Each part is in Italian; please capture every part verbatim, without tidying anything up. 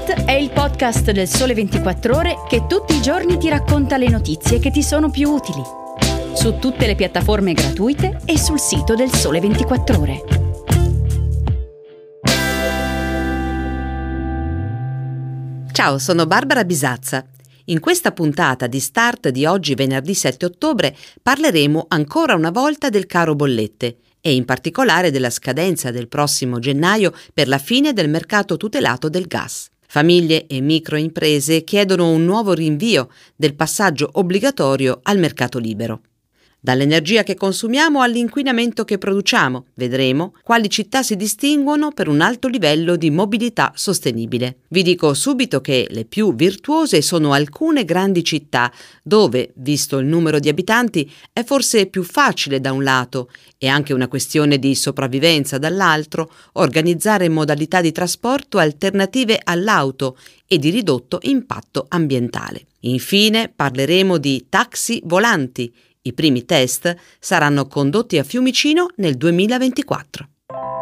Update è il podcast del Sole ventiquattro Ore che tutti i giorni ti racconta le notizie che ti sono più utili. Su tutte le piattaforme gratuite e sul sito del Sole ventiquattro Ore. Ciao, sono Barbara Bisazza. In questa puntata di Start di oggi, venerdì sette ottobre, parleremo ancora una volta del caro bollette e in particolare della scadenza del prossimo gennaio per la fine del mercato tutelato del gas. Famiglie e microimprese chiedono un nuovo rinvio del passaggio obbligatorio al mercato libero. Dall'energia che consumiamo all'inquinamento che produciamo, vedremo quali città si distinguono per un alto livello di mobilità sostenibile. Vi dico subito che le più virtuose sono alcune grandi città dove, visto il numero di abitanti, è forse più facile da un lato e anche una questione di sopravvivenza dall'altro, organizzare modalità di trasporto alternative all'auto e di ridotto impatto ambientale. Infine parleremo di taxi volanti. I primi test saranno condotti a Fiumicino nel duemilaventiquattro.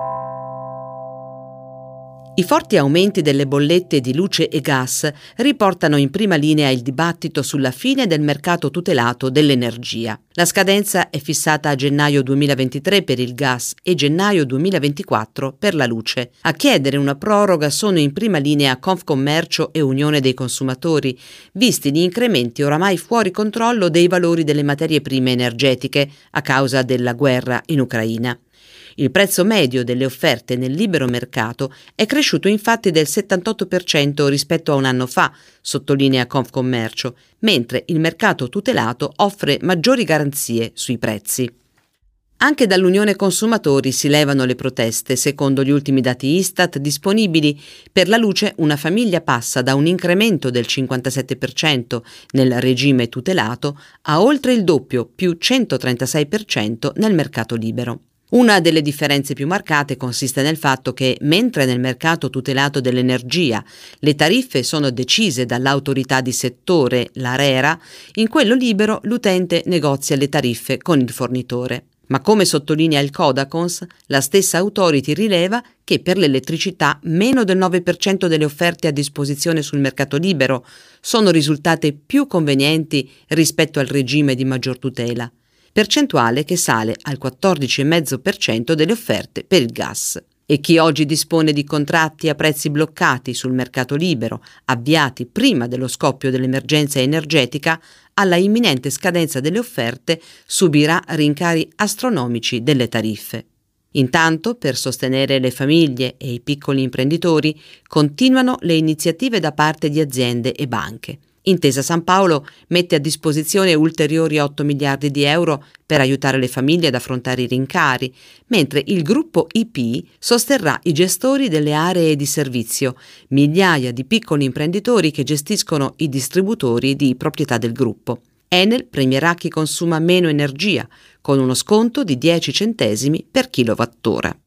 I forti aumenti delle bollette di luce e gas riportano in prima linea il dibattito sulla fine del mercato tutelato dell'energia. La scadenza è fissata a gennaio duemilaventitré per il gas e gennaio duemilaventiquattro per la luce. A chiedere una proroga sono in prima linea Confcommercio e Unione dei Consumatori, visti gli incrementi oramai fuori controllo dei valori delle materie prime energetiche a causa della guerra in Ucraina. Il prezzo medio delle offerte nel libero mercato è cresciuto infatti del settantotto per cento rispetto a un anno fa, sottolinea Confcommercio, mentre il mercato tutelato offre maggiori garanzie sui prezzi. Anche dall'Unione Consumatori si levano le proteste. Secondo gli ultimi dati Istat disponibili, per la luce una famiglia passa da un incremento del cinquantasette per cento nel regime tutelato a oltre il doppio, più centotrentasei per cento nel mercato libero. Una delle differenze più marcate consiste nel fatto che, mentre nel mercato tutelato dell'energia le tariffe sono decise dall'autorità di settore, l'ARERA, in quello libero l'utente negozia le tariffe con il fornitore. Ma come sottolinea il Codacons, la stessa authority rileva che per l'elettricità meno del nove per cento delle offerte a disposizione sul mercato libero sono risultate più convenienti rispetto al regime di maggior tutela, percentuale che sale al quattordici virgola cinque per cento delle offerte per il gas. E chi oggi dispone di contratti a prezzi bloccati sul mercato libero, avviati prima dello scoppio dell'emergenza energetica, alla imminente scadenza delle offerte subirà rincari astronomici delle tariffe. Intanto, per sostenere le famiglie e i piccoli imprenditori, continuano le iniziative da parte di aziende e banche. Intesa San Paolo mette a disposizione ulteriori otto miliardi di euro per aiutare le famiglie ad affrontare i rincari, mentre il gruppo I P sosterrà i gestori delle aree di servizio, migliaia di piccoli imprenditori che gestiscono i distributori di proprietà del gruppo. Enel premierà chi consuma meno energia, con uno sconto di dieci centesimi per kilowattora.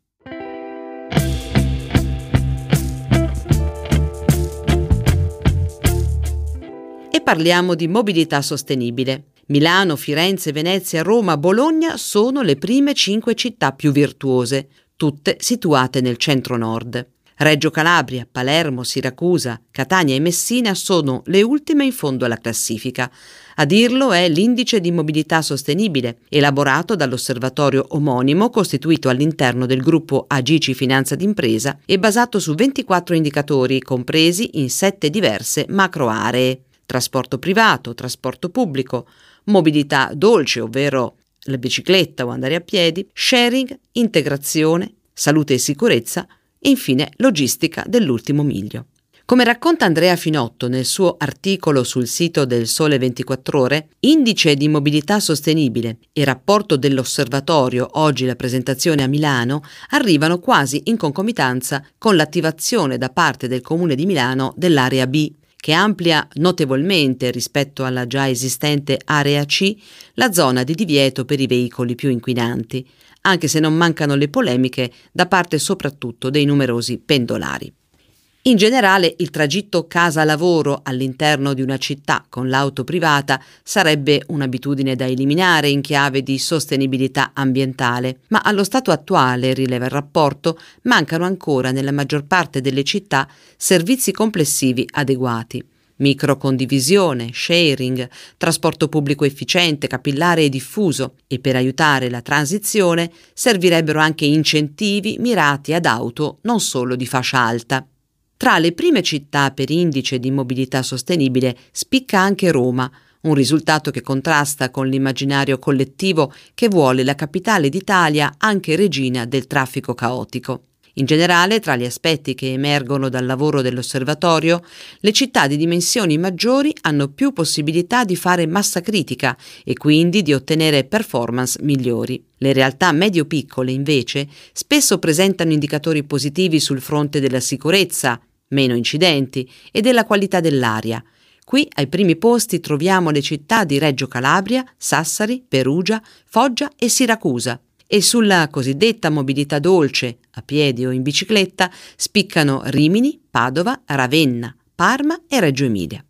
E parliamo di mobilità sostenibile. Milano, Firenze, Venezia, Roma, Bologna sono le prime cinque città più virtuose, tutte situate nel centro-nord. Reggio Calabria, Palermo, Siracusa, Catania e Messina sono le ultime in fondo alla classifica. A dirlo è l'indice di mobilità sostenibile, elaborato dall'osservatorio omonimo costituito all'interno del gruppo Agici Finanza d'Impresa e basato su ventiquattro indicatori compresi in sette diverse macroaree. Trasporto privato, trasporto pubblico, mobilità dolce, ovvero la bicicletta o andare a piedi, sharing, integrazione, salute e sicurezza e infine logistica dell'ultimo miglio. Come racconta Andrea Finotto nel suo articolo sul sito del Sole ventiquattro Ore, indice di mobilità sostenibile e rapporto dell'osservatorio, oggi la presentazione a Milano, arrivano quasi in concomitanza con l'attivazione da parte del Comune di Milano dell'area B, che amplia notevolmente rispetto alla già esistente area C la zona di divieto per i veicoli più inquinanti, anche se non mancano le polemiche da parte soprattutto dei numerosi pendolari. In generale, il tragitto casa-lavoro all'interno di una città con l'auto privata sarebbe un'abitudine da eliminare in chiave di sostenibilità ambientale, ma allo stato attuale, rileva il rapporto, mancano ancora nella maggior parte delle città servizi complessivi adeguati. Microcondivisione, sharing, trasporto pubblico efficiente, capillare e diffuso, e per aiutare la transizione servirebbero anche incentivi mirati ad auto non solo di fascia alta. Tra le prime città per indice di mobilità sostenibile spicca anche Roma, un risultato che contrasta con l'immaginario collettivo che vuole la capitale d'Italia anche regina del traffico caotico. In generale, tra gli aspetti che emergono dal lavoro dell'osservatorio, le città di dimensioni maggiori hanno più possibilità di fare massa critica e quindi di ottenere performance migliori. Le realtà medio-piccole, invece, spesso presentano indicatori positivi sul fronte della sicurezza, meno incidenti, e della qualità dell'aria. Qui ai primi posti troviamo le città di Reggio Calabria, Sassari, Perugia, Foggia e Siracusa. E sulla cosiddetta mobilità dolce, a piedi o in bicicletta, spiccano Rimini, Padova, Ravenna, Parma e Reggio Emilia.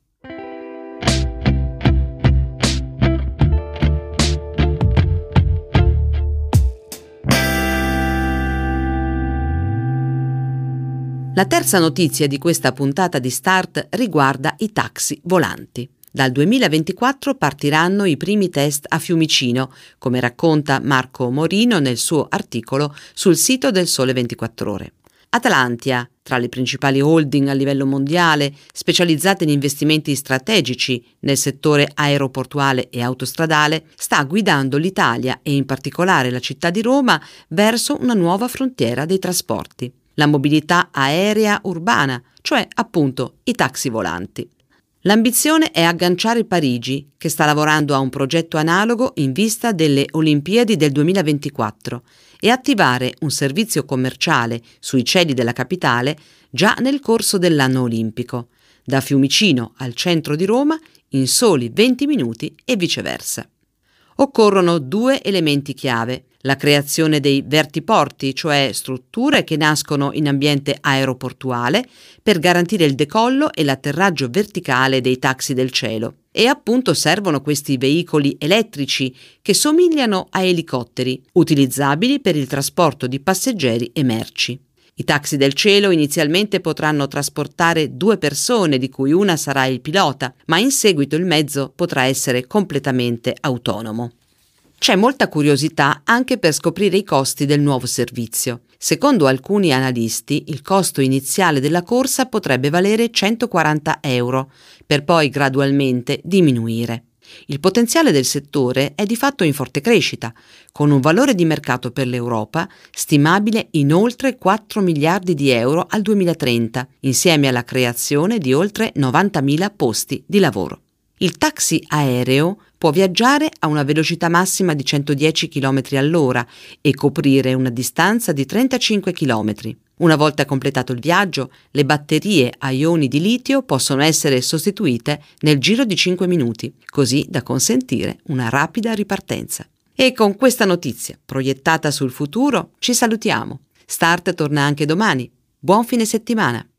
La terza notizia di questa puntata di Start riguarda i taxi volanti. Dal duemilaventiquattro partiranno i primi test a Fiumicino, come racconta Marco Morino nel suo articolo sul sito del Sole ventiquattro Ore. Atlantia, tra le principali holding a livello mondiale, specializzate in investimenti strategici nel settore aeroportuale e autostradale, sta guidando l'Italia e in particolare la città di Roma verso una nuova frontiera dei trasporti, la mobilità aerea urbana, cioè appunto i taxi volanti. L'ambizione è agganciare Parigi, che sta lavorando a un progetto analogo in vista delle Olimpiadi del duemilaventiquattro, e attivare un servizio commerciale sui cieli della capitale già nel corso dell'anno olimpico, da Fiumicino al centro di Roma in soli venti minuti e viceversa. Occorrono due elementi chiave: la creazione dei vertiporti, cioè strutture che nascono in ambiente aeroportuale per garantire il decollo e l'atterraggio verticale dei taxi del cielo. E appunto servono questi veicoli elettrici che somigliano a elicotteri, utilizzabili per il trasporto di passeggeri e merci. I taxi del cielo inizialmente potranno trasportare due persone, di cui una sarà il pilota, ma in seguito il mezzo potrà essere completamente autonomo. C'è molta curiosità anche per scoprire i costi del nuovo servizio. Secondo alcuni analisti, il costo iniziale della corsa potrebbe valere centoquaranta euro, per poi gradualmente diminuire. Il potenziale del settore è di fatto in forte crescita, con un valore di mercato per l'Europa stimabile in oltre quattro miliardi di euro al duemilatrenta, insieme alla creazione di oltre novantamila posti di lavoro. Il taxi aereo può viaggiare a una velocità massima di centodieci chilometri all'ora e coprire una distanza di trentacinque chilometri. Una volta completato il viaggio, le batterie a ioni di litio possono essere sostituite nel giro di cinque minuti, così da consentire una rapida ripartenza. E con questa notizia, proiettata sul futuro, ci salutiamo. Start torna anche domani. Buon fine settimana!